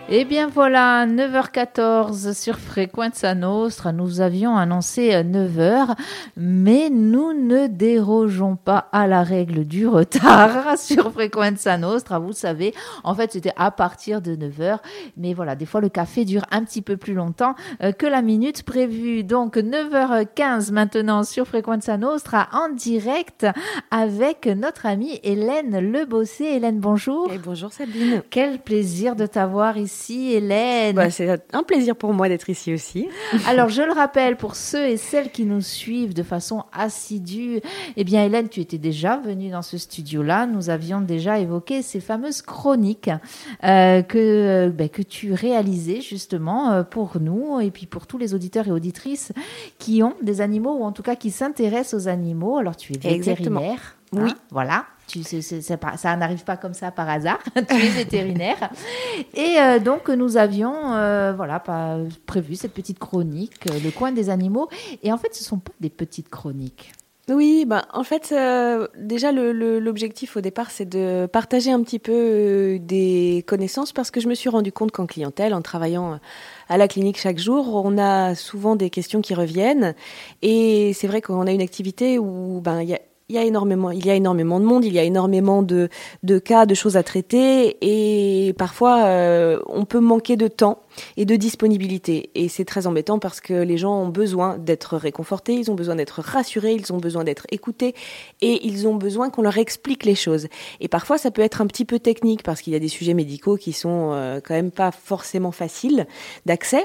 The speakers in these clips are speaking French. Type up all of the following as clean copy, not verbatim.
Eh bien voilà, 9h14 sur Frequenza Nostra. Nous avions annoncé 9h, mais nous ne dérogeons pas à la règle du retard sur Frequenza Nostra. Vous savez, en fait, c'était à partir de 9h. Mais voilà, des fois, le café dure un petit peu plus longtemps que la minute prévue. Donc, 9h15 maintenant sur Frequenza Nostra en direct avec notre amie Hélène Lebossé. Hélène, bonjour. Et bonjour Sabine. Quel plaisir de t'avoir ici, Hélène. C'est un plaisir pour moi d'être ici aussi. Alors, je le rappelle pour ceux et celles qui nous suivent de façon assidue, eh bien, Hélène, tu étais déjà venue dans ce studio-là. Nous avions déjà évoqué ces fameuses chroniques que tu réalisais justement pour nous et puis pour tous les auditeurs et auditrices qui ont des animaux ou en tout cas qui s'intéressent aux animaux. Alors, tu es vétérinaire. Oui. Voilà. Ça n'arrive pas comme ça par hasard. Tu es vétérinaire. Et donc, nous avions prévu cette petite chronique, le coin des animaux. Et en fait, ce ne sont pas des petites chroniques. Oui, en fait, déjà, l'objectif au départ, c'est de partager un petit peu des connaissances parce que je me suis rendu compte qu'en clientèle, en travaillant à la clinique chaque jour, on a souvent des questions qui reviennent. Et c'est vrai qu'on a une activité où il y a énormément de monde, il y a énormément de cas, de choses à traiter et parfois on peut manquer de temps et de disponibilité. Et c'est très embêtant parce que les gens ont besoin d'être réconfortés, ils ont besoin d'être rassurés, ils ont besoin d'être écoutés et ils ont besoin qu'on leur explique les choses. Et parfois ça peut être un petit peu technique parce qu'il y a des sujets médicaux qui sont quand même pas forcément faciles d'accès.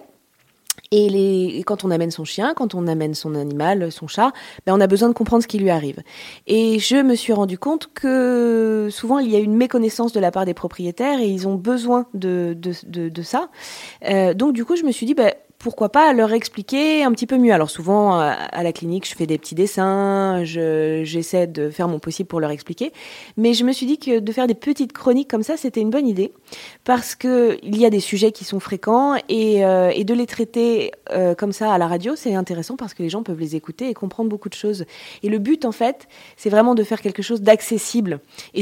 Et quand on amène son chien, quand on amène son animal, son chat, on a besoin de comprendre ce qui lui arrive. Et je me suis rendu compte que souvent il y a une méconnaissance de la part des propriétaires et ils ont besoin de ça. Donc du coup, je me suis dit, pourquoi pas leur expliquer un petit peu mieux. Alors souvent, à la clinique, je fais des petits dessins, j'essaie de faire mon possible pour leur expliquer. Mais je me suis dit que de faire des petites chroniques comme ça, c'était une bonne idée. Parce qu'il y a des sujets qui sont fréquents et de les traiter comme ça à la radio, c'est intéressant parce que les gens peuvent les écouter et comprendre beaucoup de choses. Et le but, en fait, c'est vraiment de faire quelque chose d'accessible et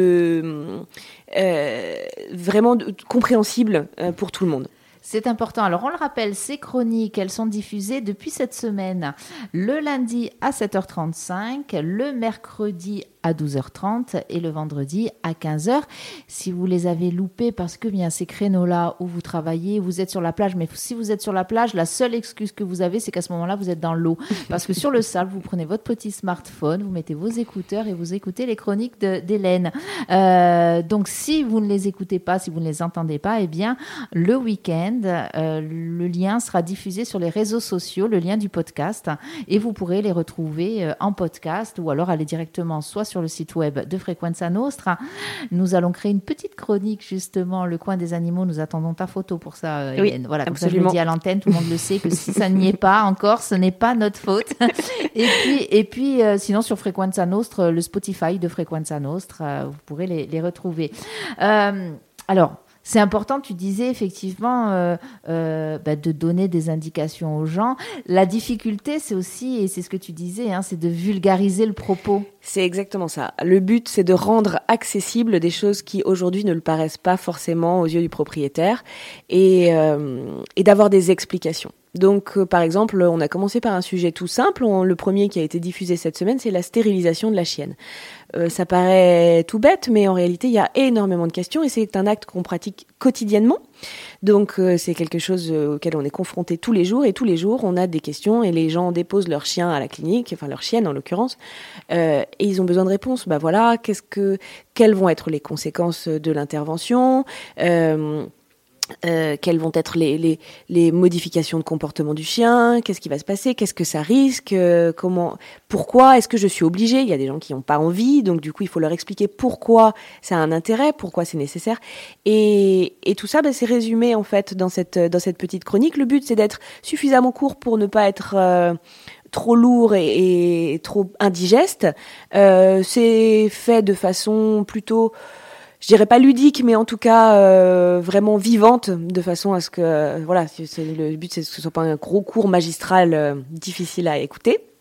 vraiment compréhensible pour tout le monde. C'est important. Alors, on le rappelle, ces chroniques, elles sont diffusées depuis cette semaine, le lundi à 7h35, le mercredi à 12h30 et le vendredi à 15h. Si vous les avez loupés parce que bien ces créneaux-là où vous travaillez, vous êtes sur la plage, mais si vous êtes sur la plage, la seule excuse que vous avez, c'est qu'à ce moment-là, vous êtes dans l'eau. Parce que sur le sable, vous prenez votre petit smartphone, vous mettez vos écouteurs et vous écoutez les chroniques d'Hélène. Donc, si vous ne les écoutez pas, si vous ne les entendez pas, eh bien, le week-end, le lien sera diffusé sur les réseaux sociaux, le lien du podcast, et vous pourrez les retrouver en podcast ou alors aller directement soit sur le site web de Frequenza Nostra. Nous allons créer une petite chronique justement, le coin des animaux. Nous attendons ta photo pour ça, Hélène. Oui, voilà, comme absolument. ça je le dis à l'antenne, tout le monde le sait que si ça n'y est pas encore, ce n'est pas notre faute. Et puis sinon sur Frequenza Nostra, le Spotify de Frequenza Nostra, vous pourrez les retrouver. Alors, c'est important, tu disais effectivement de donner des indications aux gens. La difficulté, c'est aussi, et c'est ce que tu disais, c'est de vulgariser le propos. C'est exactement ça. Le but, c'est de rendre accessible des choses qui aujourd'hui ne le paraissent pas forcément aux yeux du propriétaire et d'avoir des explications. Donc, par exemple, on a commencé par un sujet tout simple. Le premier qui a été diffusé cette semaine, c'est la stérilisation de la chienne. Ça paraît tout bête, mais en réalité, il y a énormément de questions et c'est un acte qu'on pratique quotidiennement. Donc, c'est quelque chose auquel on est confronté tous les jours et tous les jours, on a des questions et les gens déposent leur chien à la clinique, enfin leur chienne en l'occurrence, et ils ont besoin de réponses. Voilà, quelles vont être les conséquences de l'intervention quelles vont être les modifications de comportement du chien, qu'est-ce qui va se passer, qu'est-ce que ça risque, pourquoi est-ce que je suis obligée. Il y a des gens qui n'ont pas envie, donc du coup il faut leur expliquer pourquoi ça a un intérêt, pourquoi c'est nécessaire, et tout ça c'est résumé en fait dans cette petite chronique. Le but c'est d'être suffisamment court pour ne pas être trop lourd et trop indigeste. C'est fait de façon plutôt, je dirais pas ludique, mais en tout cas vraiment vivante, de façon à ce que le but c'est que ce soit pas un gros cours magistral difficile à écouter.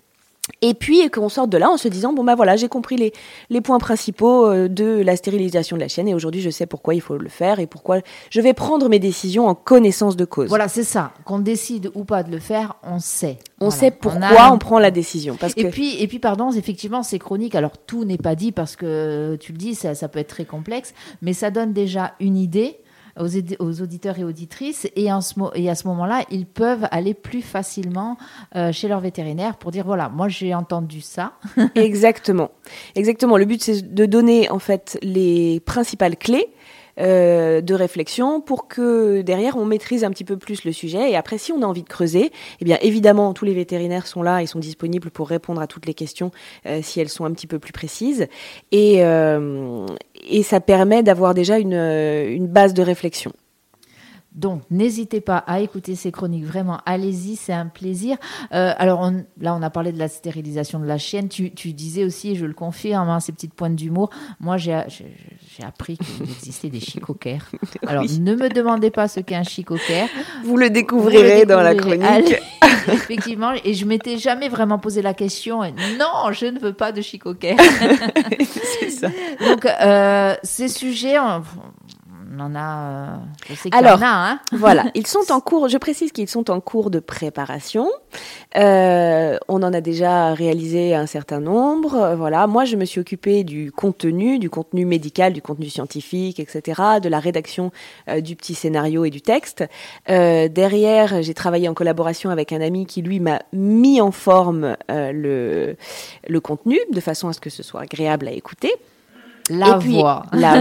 Et puis qu'on sorte de là en se disant bon bah voilà, j'ai compris les points principaux de la stérilisation de la chienne et aujourd'hui je sais pourquoi il faut le faire et pourquoi je vais prendre mes décisions en connaissance de cause. Voilà, c'est ça. Qu'on décide ou pas de le faire, on sait. On sait pourquoi on prend la décision. Parce que... et puis, pardon, effectivement, c'est chronique. Alors, tout n'est pas dit parce que, tu le dis, ça peut être très complexe, mais ça donne déjà une idée aux auditeurs et auditrices. Et à ce moment-là, ils peuvent aller plus facilement chez leur vétérinaire pour dire, voilà, moi, j'ai entendu ça. Exactement. Le but, c'est de donner, en fait, les principales clés de réflexion pour que derrière on maîtrise un petit peu plus le sujet et après si on a envie de creuser, eh bien évidemment tous les vétérinaires sont là, ils sont disponibles pour répondre à toutes les questions si elles sont un petit peu plus précises et ça permet d'avoir déjà une base de réflexion. Donc, n'hésitez pas à écouter ces chroniques. Vraiment, allez-y, c'est un plaisir. Alors, là, on a parlé de la stérilisation de la chienne. Tu disais aussi, et je le confirme, ces petites pointes d'humour. Moi, j'ai appris qu'il existait des chicocaires. Alors, oui. Ne me demandez pas ce qu'est un chicocaire. Vous le découvrirez dans la chronique. Allez, effectivement, et je m'étais jamais vraiment posé la question. Non, je ne veux pas de chicocaire. C'est ça. Donc, ces sujets... On en a, je sais qu'il y en a, hein. Voilà, ils sont en cours, je précise qu'ils sont en cours de préparation. On en a déjà réalisé un certain nombre. Voilà, moi je me suis occupée du contenu médical, du contenu scientifique, etc., de la rédaction du petit scénario et du texte. Derrière, j'ai travaillé en collaboration avec un ami qui lui m'a mis en forme le contenu de façon à ce que ce soit agréable à écouter. La voix,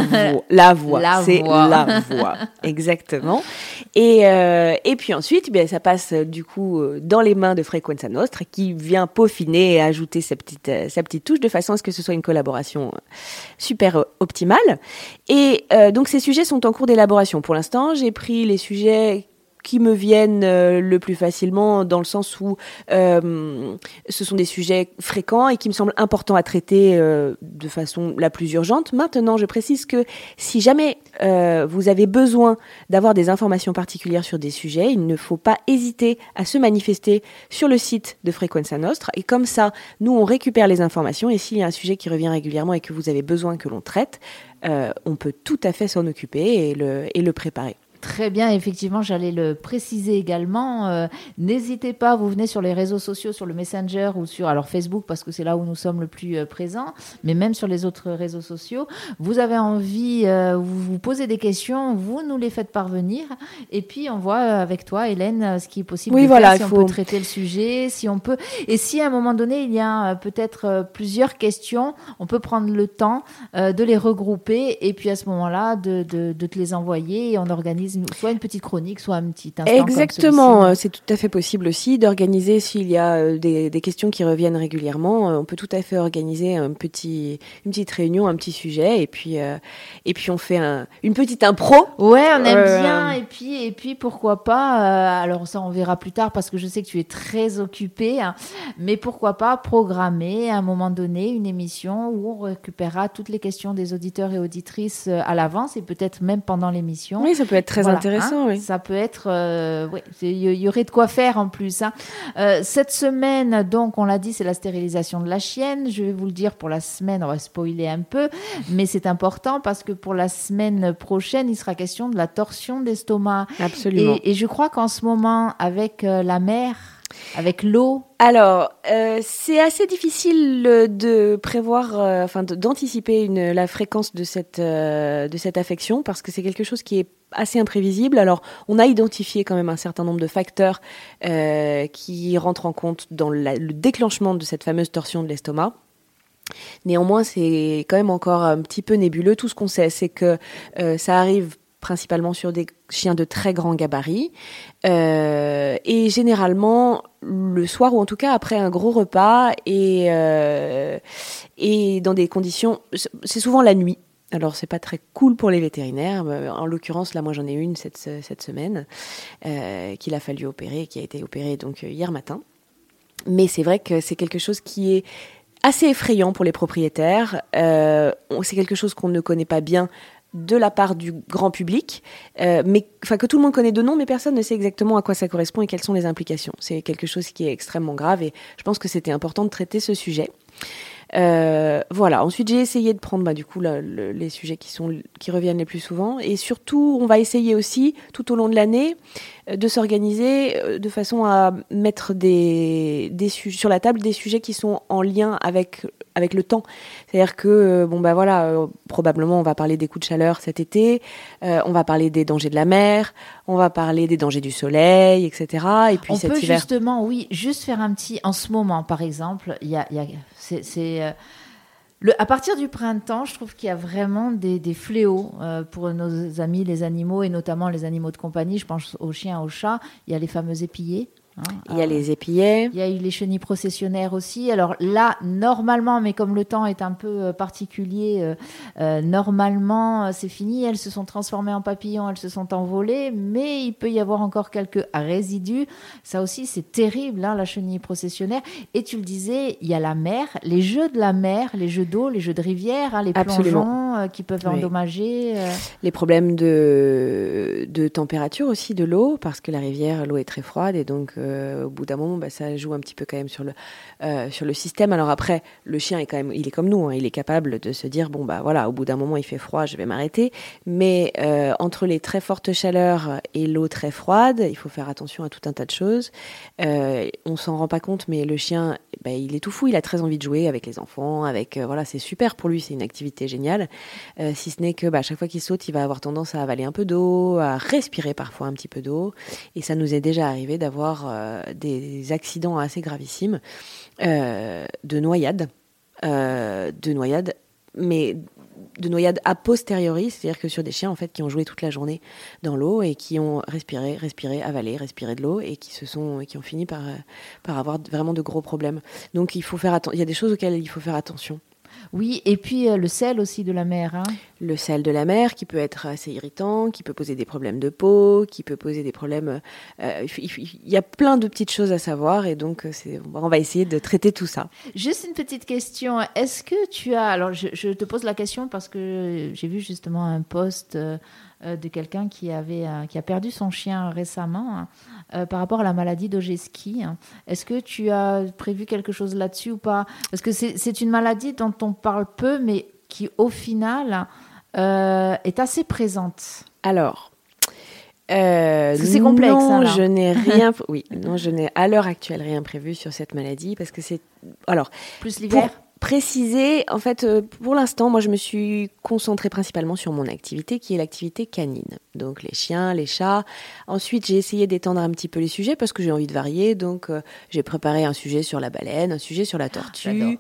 exactement. Et puis ensuite, bien, ça passe du coup dans les mains de Frequenza Nostra qui vient peaufiner et ajouter sa petite touche de façon à ce que ce soit une collaboration super optimale. Et donc ces sujets sont en cours d'élaboration. Pour l'instant, j'ai pris les sujets qui me viennent le plus facilement dans le sens où ce sont des sujets fréquents et qui me semblent importants à traiter de façon la plus urgente. Maintenant, je précise que si jamais vous avez besoin d'avoir des informations particulières sur des sujets, il ne faut pas hésiter à se manifester sur le site de Frequenza Nostra et comme ça, nous, on récupère les informations et s'il y a un sujet qui revient régulièrement et que vous avez besoin que l'on traite, on peut tout à fait s'en occuper et le préparer. Très bien, effectivement, j'allais le préciser également. N'hésitez pas, vous venez sur les réseaux sociaux, sur le Messenger ou sur Facebook, parce que c'est là où nous sommes le plus présents, mais même sur les autres réseaux sociaux. Vous avez envie, vous posez des questions, vous nous les faites parvenir, et puis on voit avec toi, Hélène, ce qui est possible de faire, si on peut traiter le sujet, si on peut. Et si à un moment donné, il y a peut-être plusieurs questions, on peut prendre le temps de les regrouper, et puis à ce moment-là, de te les envoyer, et on organise soit une petite chronique, soit un petit instant. Exactement, c'est tout à fait possible aussi d'organiser s'il y a des questions qui reviennent régulièrement. On peut tout à fait organiser une petite réunion, un petit sujet, et puis on fait une petite impro. Ouais, on aime bien. Et puis pourquoi pas. Alors ça, on verra plus tard parce que je sais que tu es très occupée. Hein, mais pourquoi pas programmer à un moment donné une émission où on récupérera toutes les questions des auditeurs et auditrices à l'avance et peut-être même pendant l'émission. Oui, ça peut être très intéressant, oui. Ça peut être, il y aurait de quoi faire en plus. Hein. Cette semaine, donc, on l'a dit, c'est la stérilisation de la chienne. Je vais vous le dire pour la semaine, on va spoiler un peu, mais c'est important parce que pour la semaine prochaine, il sera question de la torsion d'estomac. Absolument. Et je crois qu'en ce moment, avec la mer, avec l'eau. Alors, c'est assez difficile de prévoir, d'anticiper la fréquence de cette affection parce que c'est quelque chose qui est assez imprévisible. Alors, on a identifié quand même un certain nombre de facteurs qui rentrent en compte dans le déclenchement de cette fameuse torsion de l'estomac. Néanmoins, c'est quand même encore un petit peu nébuleux. Tout ce qu'on sait, c'est que ça arrive principalement sur des chiens de très grand gabarit et généralement le soir ou en tout cas après un gros repas et dans des conditions, c'est souvent la nuit. Alors c'est pas très cool pour les vétérinaires. En l'occurrence là, moi j'en ai une cette semaine qu'il a fallu opérer, qui a été opérée donc hier matin. Mais c'est vrai que c'est quelque chose qui est assez effrayant pour les propriétaires. C'est quelque chose qu'on ne connaît pas bien de la part du grand public, mais que tout le monde connaît de nom, mais personne ne sait exactement à quoi ça correspond et quelles sont les implications. C'est quelque chose qui est extrêmement grave et je pense que c'était important de traiter ce sujet. Voilà. Ensuite, j'ai essayé de prendre du coup les sujets qui reviennent les plus souvent, et surtout, on va essayer aussi tout au long de l'année de s'organiser de façon à mettre sur la table des sujets qui sont en lien avec le temps. C'est-à-dire que probablement on va parler des coups de chaleur cet été, on va parler des dangers de la mer, on va parler des dangers du soleil, etc. Et puis on cet peut hiver, justement, oui, juste faire un petit. En ce moment, par exemple, à partir du printemps, je trouve qu'il y a vraiment des fléaux pour nos amis les animaux, et notamment les animaux de compagnie. Je pense aux chiens, aux chats. Il y a les fameux épillets. Il y a les épillets. Il y a eu les chenilles processionnaires aussi. Alors là, normalement, mais comme le temps est un peu particulier, normalement, c'est fini. Elles se sont transformées en papillons, elles se sont envolées, mais il peut y avoir encore quelques résidus. Ça aussi, c'est terrible, la chenille processionnaire. Et tu le disais, il y a la mer, les jeux de la mer, les jeux d'eau, les jeux de rivière, les plongeons qui peuvent endommager. Les problèmes de température aussi de l'eau, parce que la rivière, l'eau est très froide, et donc au bout d'un moment, ça joue un petit peu quand même sur le système. Alors après, le chien il est comme nous, il est capable de se dire au bout d'un moment il fait froid, je vais m'arrêter. Mais entre les très fortes chaleurs et l'eau très froide, il faut faire attention à tout un tas de choses. On s'en rend pas compte, mais le chien, il est tout fou, il a très envie de jouer avec les enfants, c'est super pour lui, c'est une activité géniale. Si ce n'est que à chaque fois qu'il saute, il va avoir tendance à avaler un peu d'eau, à respirer parfois un petit peu d'eau, et ça nous est déjà arrivé d'avoir des accidents assez gravissimes de noyades, mais de noyades a posteriori, c'est-à-dire que sur des chiens en fait qui ont joué toute la journée dans l'eau et qui ont respiré, avalé, respiré de l'eau, et qui ont fini par avoir vraiment de gros problèmes. Donc il faut faire il y a des choses auxquelles il faut faire attention. Oui, et puis le sel aussi de la mer. Le sel de la mer qui peut être assez irritant, qui peut poser des problèmes de peau, qui peut poser des problèmes... il y a plein de petites choses à savoir, et donc on va essayer de traiter tout ça. Juste une petite question. Est-ce que tu as... Alors je te pose la question parce que j'ai vu justement un post de quelqu'un qui a perdu son chien récemment par rapport à la maladie d'Ojeski. Est-ce que tu as prévu quelque chose là-dessus ou pas? Parce que c'est une maladie dont on parle peu, mais qui au final est assez présente. Alors, c'est complexe. Non, je n'ai rien. Oui, non, je n'ai à l'heure actuelle rien prévu sur cette maladie, parce que c'est. Alors, plus l'hiver. Préciser, en fait, pour l'instant, moi, je me suis concentrée principalement sur mon activité, qui est l'activité canine. Donc, les chiens, les chats. Ensuite, j'ai essayé d'étendre un petit peu les sujets parce que j'ai envie de varier. Donc, j'ai préparé un sujet sur la baleine, un sujet sur la tortue.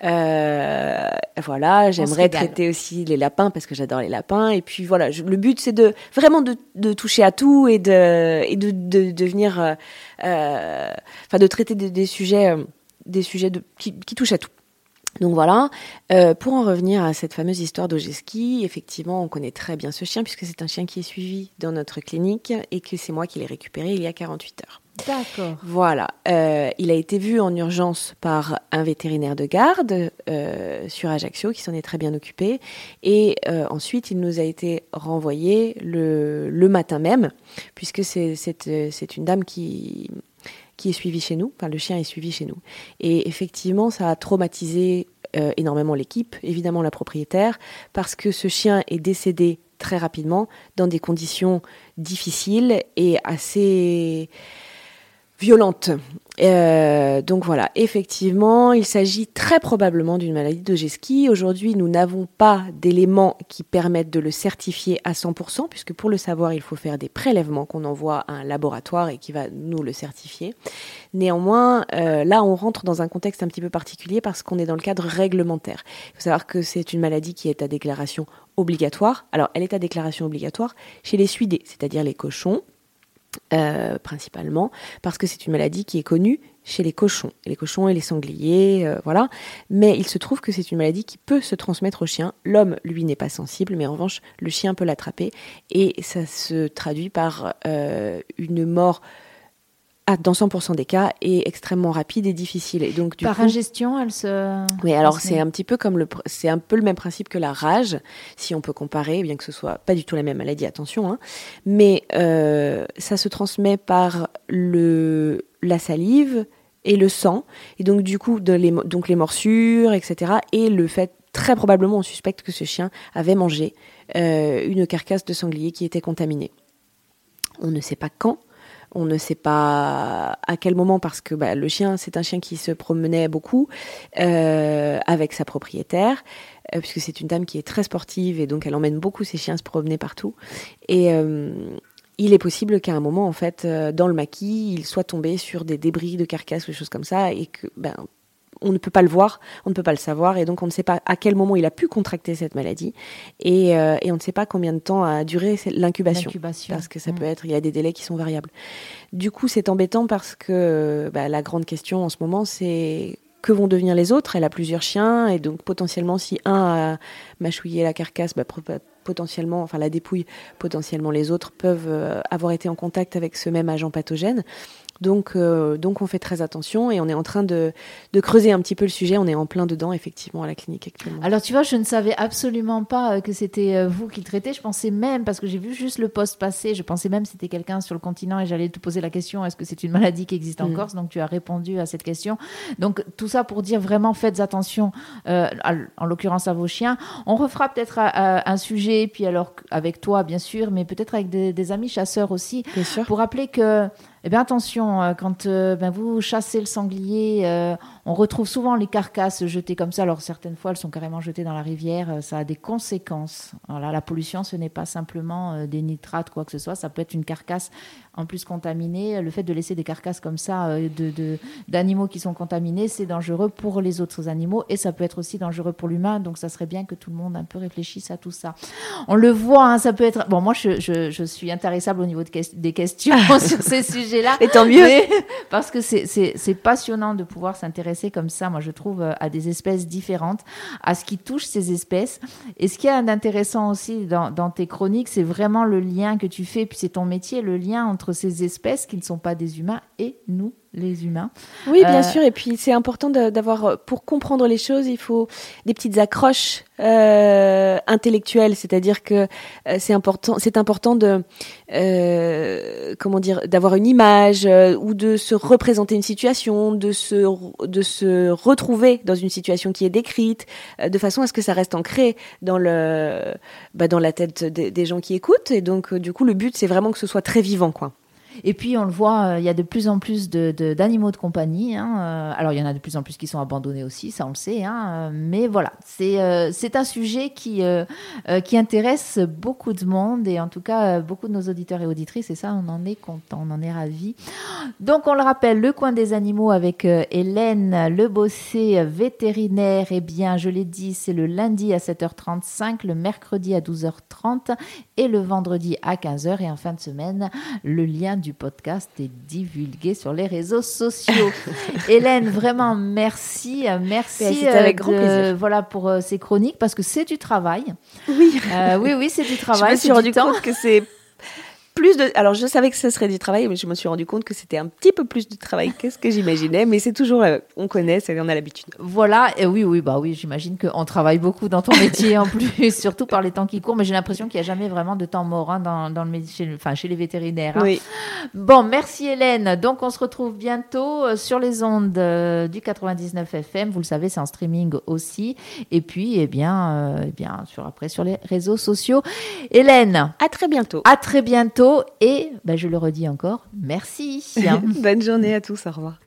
Voilà, j'aimerais traiter aussi les lapins parce que j'adore les lapins. Et puis, voilà, le but, c'est vraiment de toucher à tout et de venir, de traiter des sujets qui touchent à tout. Donc voilà, pour en revenir à cette fameuse histoire d'Ojeski, effectivement, on connaît très bien ce chien puisque c'est un chien qui est suivi dans notre clinique et que c'est moi qui l'ai récupéré il y a 48 heures. D'accord. Voilà, il a été vu en urgence par un vétérinaire de garde sur Ajaccio qui s'en est très bien occupé, et ensuite il nous a été renvoyé le matin même, puisque c'est une dame qui est suivi chez nous, le chien est suivi chez nous. Et effectivement, ça a traumatisé énormément l'équipe, évidemment la propriétaire, parce que ce chien est décédé très rapidement, dans des conditions difficiles et assez violentes. Donc voilà, effectivement, il s'agit très probablement d'une maladie d'Ojeski. Aujourd'hui, nous n'avons pas d'éléments qui permettent de le certifier à 100%, puisque pour le savoir, il faut faire des prélèvements qu'on envoie à un laboratoire et qui va nous le certifier. Néanmoins, là, on rentre dans un contexte un petit peu particulier parce qu'on est dans le cadre réglementaire. Il faut savoir que c'est une maladie qui est à déclaration obligatoire. Alors, elle est à déclaration obligatoire chez les suidés, c'est-à-dire les cochons, principalement, parce que c'est une maladie qui est connue chez les cochons et les sangliers, voilà. Mais il se trouve que c'est une maladie qui peut se transmettre au chien. L'homme, lui, n'est pas sensible, mais en revanche, le chien peut l'attraper, et ça se traduit par une mort dans 100% des cas, est extrêmement rapide et difficile. Et donc, Par ingestion, elle se... Oui, alors c'est un petit peu c'est un peu le même principe que la rage, si on peut comparer, bien que ce soit pas du tout la même maladie, attention, hein. Mais ça se transmet par la salive et le sang, et donc du coup, donc les morsures, etc. Et le fait, très probablement, on suspecte que ce chien avait mangé une carcasse de sanglier qui était contaminée. On ne sait pas quand. On ne sait pas à quel moment, parce que le chien, c'est un chien qui se promenait beaucoup avec sa propriétaire, puisque c'est une dame qui est très sportive et donc elle emmène beaucoup ses chiens se promener partout. Et il est possible qu'à un moment, en fait, dans le maquis, il soit tombé sur des débris de carcasses ou des choses comme ça, et que on ne peut pas le voir, on ne peut pas le savoir, et donc on ne sait pas à quel moment il a pu contracter cette maladie, et on ne sait pas combien de temps a duré l'incubation. Parce que ça peut être, il y a des délais qui sont variables. Du coup, c'est embêtant parce que la grande question en ce moment, c'est que vont devenir les autres. Elle a plusieurs chiens, et donc potentiellement, si un a mâchouillé la carcasse, potentiellement, enfin la dépouille, potentiellement les autres peuvent avoir été en contact avec ce même agent pathogène. Donc on fait très attention, et on est en train de creuser un petit peu le sujet. On est en plein dedans, effectivement, à la clinique actuellement. Alors tu vois, je ne savais absolument pas que c'était vous qui le traitez. Je pensais même, parce que j'ai vu juste le post passer, je pensais même que c'était quelqu'un sur le continent, et j'allais te poser la question, est-ce que c'est une maladie qui existe en Corse? Donc tu as répondu à cette question. Donc tout ça pour dire vraiment, faites attention, en l'occurrence à vos chiens. On refera peut-être un sujet, puis alors avec toi bien sûr, mais peut-être avec des amis chasseurs aussi, bien sûr, pour rappeler que attention, quand vous chassez le sanglier, on retrouve souvent les carcasses jetées comme ça. Alors certaines fois, elles sont carrément jetées dans la rivière. Ça a des conséquences. Voilà, la pollution, ce n'est pas simplement des nitrates, quoi que ce soit. Ça peut être une carcasse en plus contaminée. Le fait de laisser des carcasses comme ça d'animaux qui sont contaminés, c'est dangereux pour les autres animaux, et ça peut être aussi dangereux pour l'humain. Donc ça serait bien que tout le monde un peu réfléchisse à tout ça. On le voit, hein, ça peut être... Bon, moi, je suis intarissable au niveau des questions sur ces sujets. Là, et tant mieux, parce que c'est passionnant de pouvoir s'intéresser comme ça, moi je trouve, à des espèces différentes, à ce qui touche ces espèces. Et ce qu'il y a d'intéressant aussi dans tes chroniques, c'est vraiment le lien que tu fais, puis c'est ton métier, le lien entre ces espèces qui ne sont pas des humains et nous, les humains. Oui, bien sûr. Et puis c'est important d'avoir, pour comprendre les choses, il faut des petites accroches intellectuelles. C'est-à-dire que c'est important de d'avoir une image, ou de se représenter une situation, de se retrouver dans une situation qui est décrite, de façon à ce que ça reste ancré dans la tête des gens qui écoutent. Et donc du coup, le but, c'est vraiment que ce soit très vivant, quoi. Et puis, on le voit, il y a de plus en plus d'animaux de compagnie. Hein. Alors, il y en a de plus en plus qui sont abandonnés aussi, ça on le sait. Hein. Mais voilà, c'est un sujet qui intéresse beaucoup de monde, et en tout cas, beaucoup de nos auditeurs et auditrices. Et ça, on en est content, on en est ravis. Donc, on le rappelle, le coin des animaux avec Hélène Lebossé, vétérinaire. Eh bien, je l'ai dit, c'est le lundi à 7h35, le mercredi à 12h30 et le vendredi à 15h. Et en fin de semaine, le lien du podcast est divulgué sur les réseaux sociaux. Hélène, vraiment merci avec grand plaisir. Voilà, pour ces chroniques, parce que c'est du travail. Oui, oui, c'est du travail. Je me suis rendu compte que c'est alors je savais que ce serait du travail, mais je me suis rendu compte que c'était un petit peu plus de travail que ce que j'imaginais, mais c'est toujours, on connaît, on a l'habitude. Voilà, et oui, j'imagine qu'on travaille beaucoup dans ton métier en plus, surtout par les temps qui courent, mais j'ai l'impression qu'il n'y a jamais vraiment de temps mort, hein, dans le métier, chez les vétérinaires. Hein. Oui. Bon, merci Hélène. Donc on se retrouve bientôt sur les ondes du 99 FM. Vous le savez, c'est en streaming aussi. Et puis, après sur les réseaux sociaux. Hélène. À très bientôt. À très bientôt. Et je le redis encore, merci. Bonne journée à tous, au revoir.